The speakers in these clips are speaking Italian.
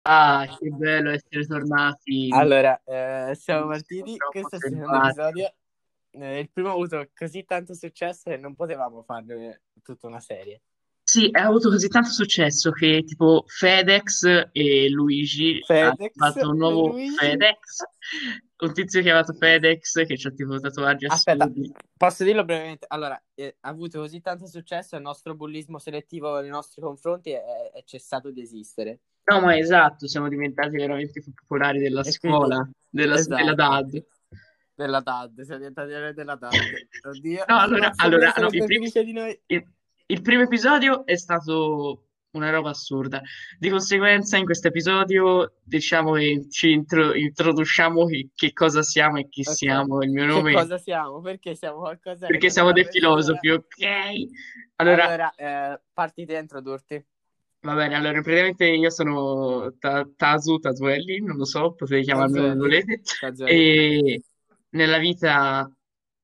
Ah, che bello essere tornati Allora, siamo insieme partiti. troppo Questo è il secondo tempo. episodio. Il primo ha avuto così tanto successo che non potevamo farne tutta una serie. Sì, ha avuto così tanto successo che tipo FedEx e Luigi hanno FedEx fatto un e nuovo Luigi. FedEx, un tizio chiamato FedEx che ha tipo tatuaggi Aspetta, assurdi. posso dirlo brevemente? Allora, ha avuto così tanto successo e il nostro bullismo selettivo nei nostri confronti è cessato di esistere. No, ma esatto, siamo diventati veramente più popolari della E quindi, scuola, della esatto, DAD. della DAD, siamo diventati eroi della DAD. Oddio, No, ma allora, no, sarebbe felice di noi. il- il primo episodio è stato una roba assurda. Di conseguenza, in questo episodio, diciamo che introduciamo che cosa siamo e chi Ok, siamo. Il mio che nome è cosa siamo? Perché siamo qualcosa che perché non è siamo una dei persona. filosofi, ok? Allora, Allora, parti te a introdurti. va bene, allora praticamente io sono Tazuelli, non lo so, potete chiamarmi come Tazueli. volete. Tazueli. E nella vita,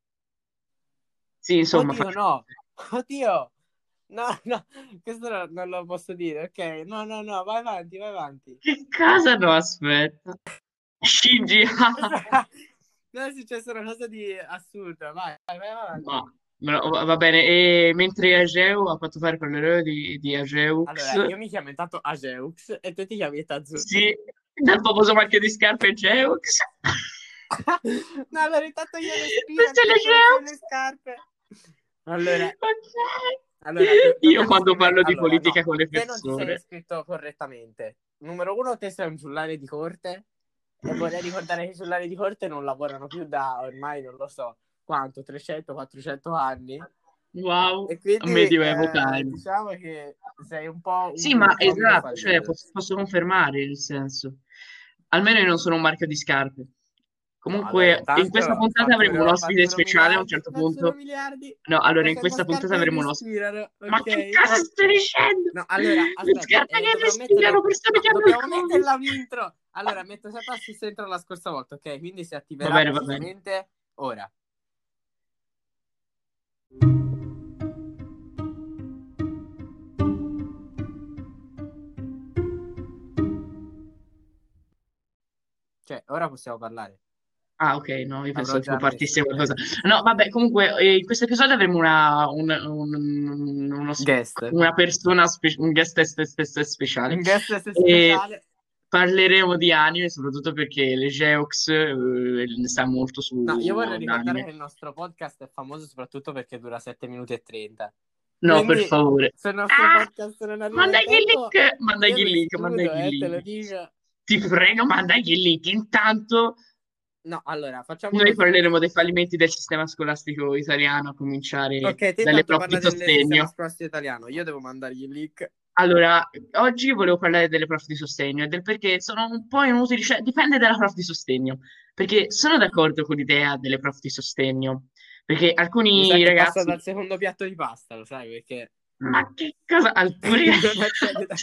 sì, insomma, Oddio, no! Oddio! No, no, questo non lo posso dire, ok? No, no, no, vai avanti, vai avanti. che cosa? No, aspetta. Shinji, No, è successa una cosa di assurda, vai ma, avanti. va bene. E mentre Ageu ha fatto fare quell'eroe di Ageux, Allora, io mi chiamo intanto Ageux e tu ti chiami Tazueli. sì, dal famoso marchio di scarpe Ageux. No, allora intanto io le spine Questo è perché tu non sei le l'Ageux. scarpe. Allora, Ok. Io dobbiamo quando iscrivere. parlo di Allora, politica no, con le te non ti sei persone. iscritto correttamente. Numero uno, te sei un giullare di corte e vorrei ricordare che i giullari di corte non lavorano più da ormai non lo so quanto, 300-400 anni. Wow, E quindi medioevo time. diciamo che sei un po' Sì, un ma comico esatto, cioè fallito. posso confermare il senso. Almeno io non sono un marchio di scarpe. No, allora Comunque, in questa intanto puntata avremo un ospite speciale a un certo fatturo punto. miliardi No, allora, in facendo questa puntata scarpe che avremo un ospite. respirano, Ma che ok? cosa stai dicendo? No, allora, Le aspetta, scarpe che dovrò respirano, metterlo. persone No, che hanno il dobbiamo Covid. metterla un'intro. Allora, metto già su intro la scorsa volta, ok? Quindi si Va attiverà bene, va bene. precisamente ora. Cioè, ora possiamo parlare. Ah, ok, no, io Avrò pensavo tipo già messo, partisse qualcosa. ok? No, vabbè, comunque, in questo episodio avremo Guest. una persona, un guest speciale. Un guest E speciale. parleremo di anime, soprattutto perché le Geox sta molto No, io vorrei ricordare sull'anime. che il nostro podcast è famoso soprattutto perché dura 7 minuti e 30. No, per Quindi, favore. se il nostro Ah, podcast non arriva in mandagli il tempo, link, io mandagli il mi link, escludo, mandagli il te lo link. dico. Ti prego, mandagli il link. Intanto No, allora, facciamo noi così. parleremo dei fallimenti del sistema scolastico italiano, a cominciare Ok, te dalle intanto prof di parla del sistema sostegno. scolastico italiano. Io devo mandargli il link. Allora, oggi volevo parlare delle prof di sostegno e del perché sono un po' inutili, cioè dipende dalla prof di sostegno, perché sono d'accordo con l'idea delle prof di sostegno, perché Mi sa alcuni che passa ragazzi, dal secondo piatto di pasta, lo sai, perché ma che cosa, alcuni non accede da...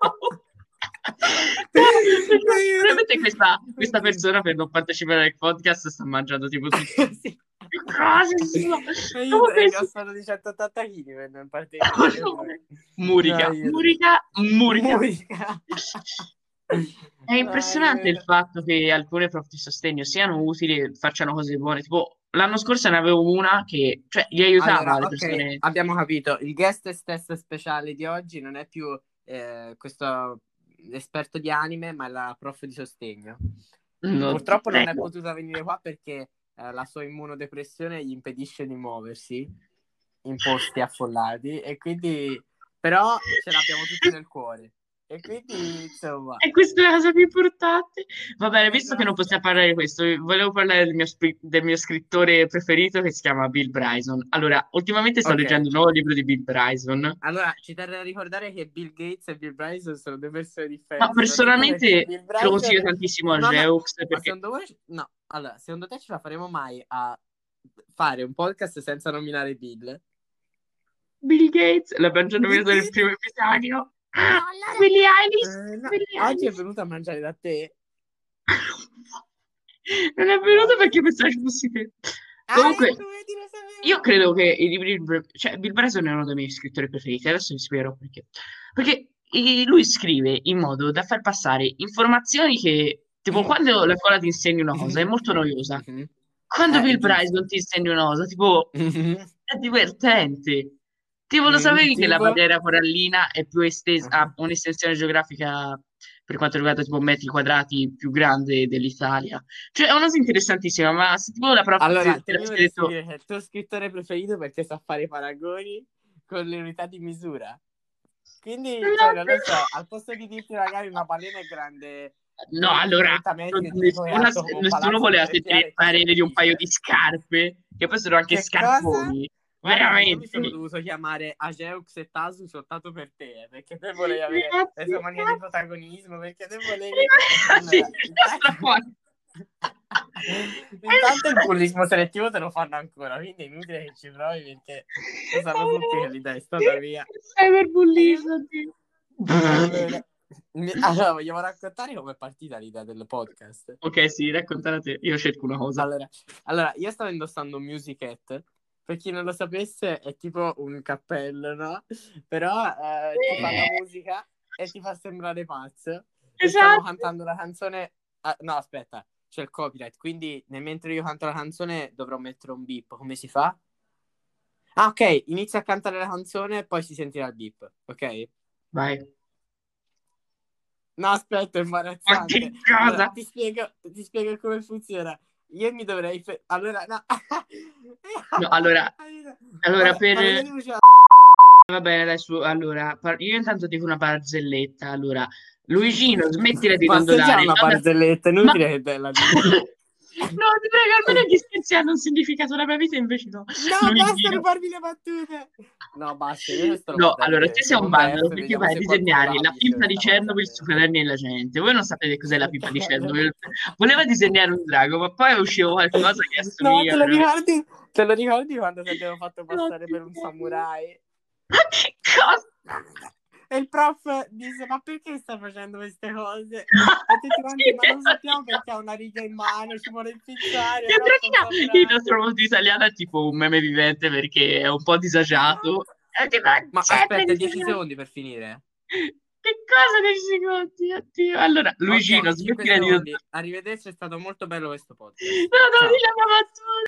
No, Aiuto. probabilmente questa Oddio. persona per non partecipare al podcast sta mangiando tipo tutti Sì. che cose sono? Aiuto, Comunque raga, sì. sono di 180 kg per non Oh, partecipare con noi. no. No, Murica, aiuto. Murica, Murica. Musica. È impressionante il Aiuto. fatto che alcune prof di sostegno siano utili e facciano cose buone. Tipo, l'anno scorso ne avevo una che, cioè, gli aiutava Allora, le ok, persone. abbiamo capito. Il guest test speciale di oggi non è più questo esperto di anime, ma è la prof di sostegno. Non ti Purtroppo non è prego. potuta venire qua perché la sua immunodepressione gli impedisce di muoversi in posti affollati e quindi però ce l'abbiamo tutti nel cuore. E quindi, insomma, E questa è la cosa più importante. Va bene, visto che non esatto. possiamo parlare di questo, volevo parlare del mio scrittore preferito che si chiama Bill Bryson. Allora, ultimamente sto Ok. leggendo un nuovo libro di Bill Bryson, Allora, ci terrei a ricordare che Bill Gates e Bill Bryson sono due persone ma differenti, soprattutto perché personalmente Bill lo Bryson... consiglio tantissimo a No, no, Jeux ma perché secondo voi... No, allora, secondo te ce la faremo mai a fare un podcast senza nominare Bill? Bill Gates l'abbiamo già Bill nominato nel Gates? primo episodio. No, Ah, allora... Billie Eilish, No, Billie oggi è Eilish. venuto a mangiare da te? Non è No. venuto perché pensavo ci fossi te. Ah, Comunque, ecco, vedi, lo io sapevo. credo che i libri, cioè Bill Bryson è uno dei miei scrittori preferiti. Adesso vi spiegherò perché. Perché E lui scrive in modo da far passare informazioni che, tipo, quando la scuola ti insegna una cosa è molto noiosa. Mhm. Quando È Bill giusto. Bryson ti insegna una cosa, tipo, Mhm. è divertente. Tipo, lo sapevi che la Tipo? barriera corallina è più estesa, ha Mhm. un'estensione geografica per quanto riguarda tipo metri quadrati più grande dell'Italia. Cioè, è una cosa interessantissima, ma se tipo la prof Allora, ti te mi avesse vorresti detto dire che è il tuo scrittore preferito perché sa fare i paragoni con le unità di misura. Quindi, cioè, non lo so, al posto di dirti magari una balena è grande no, allora, 30 metri e tipo è nessuno, alto come un nessuno palazzo voleva per sentire il piede, cosa parere mi di un paio dice? di scarpe, che poi sono anche Che cosa? scarponi, Guarda che io mi sono veramente. dovuto chiamare Ageux e Tasu soltanto per te, perché te volevi avere la sua mania di protagonismo, perché te volevi... Sì, Allora, basta intanto... fuori. intanto il bullismo selettivo te lo fanno ancora, quindi è inutile che ci provi perché lo sanno tutti che l'idea è stata mia. Cyberbullismo, Dio. Allora, vogliamo raccontare com'è partita l'idea del podcast? Ok, sì, raccontala te. Io cerco una cosa. Allora, io stavo indossando un music hat. Per chi non lo sapesse, è tipo un cappello, no? Però ti fa la musica e ti fa sembrare pazzo. E stavo Esatto. cantando la canzone. No, aspetta, c'è il copyright. Quindi, mentre io canto la canzone, dovrò mettere un beep. Come si fa? Ah, ok. Inizia a cantare la canzone e poi si sentirà il beep. Ok? Vai. No, aspetta, è Ma che imbarazzante. Allora, cosa? ti spiego come funziona. Io mi dovrei... Allora, no. No, allora Guarda, per... quando io dicevo... Va bene, dai, allora, io intanto dico una barzelletta. Allora, Luigino, smettila di Ma se già dondolare. una barzelletta, è Ma... inutile che te la dici. No, ti prego, almeno gli scherzi hanno un significato nella mia vita, invece no. No, basta Luigino. rubarmi le battute. No, basta, io questo lo No, vado a allora, ridere te il sei un secondo vandalo verso e perché vediamo vai a se qualcuno disegnare la la capisce pimpa di questa cosa Chernobyl su almeno. Fratelli della Gente. Voi non sapete cos'è la Ok, pimpa di allora. Chernobyl. Voleva disegnare un drago, ma poi usciva qualcosa che No, assomiglia te lo veramente. ricordi? Te lo ricordi quando ti abbiamo fatto No, passare che per un bello. samurai? Ma che cosa? E il prof disse: Ma perché sta facendo queste cose? E tutti quanti: Ma non sappiamo perché ha una riga in mano, ci vuole infizzare. Il In prof non pratica il saprà. nostro mondo italiano è tipo un meme vivente perché è un po' disagiato. Esatto. È che va Ma sempre aspetta, 10 disagiato. secondi per finire. Che cosa 10 secondi? Oddio. Allora, Luigino, Ok, 5 smettila di... No, secondi. Arrivederci, è stato molto bello questo podcast. no, Ciao. dilla una battuta.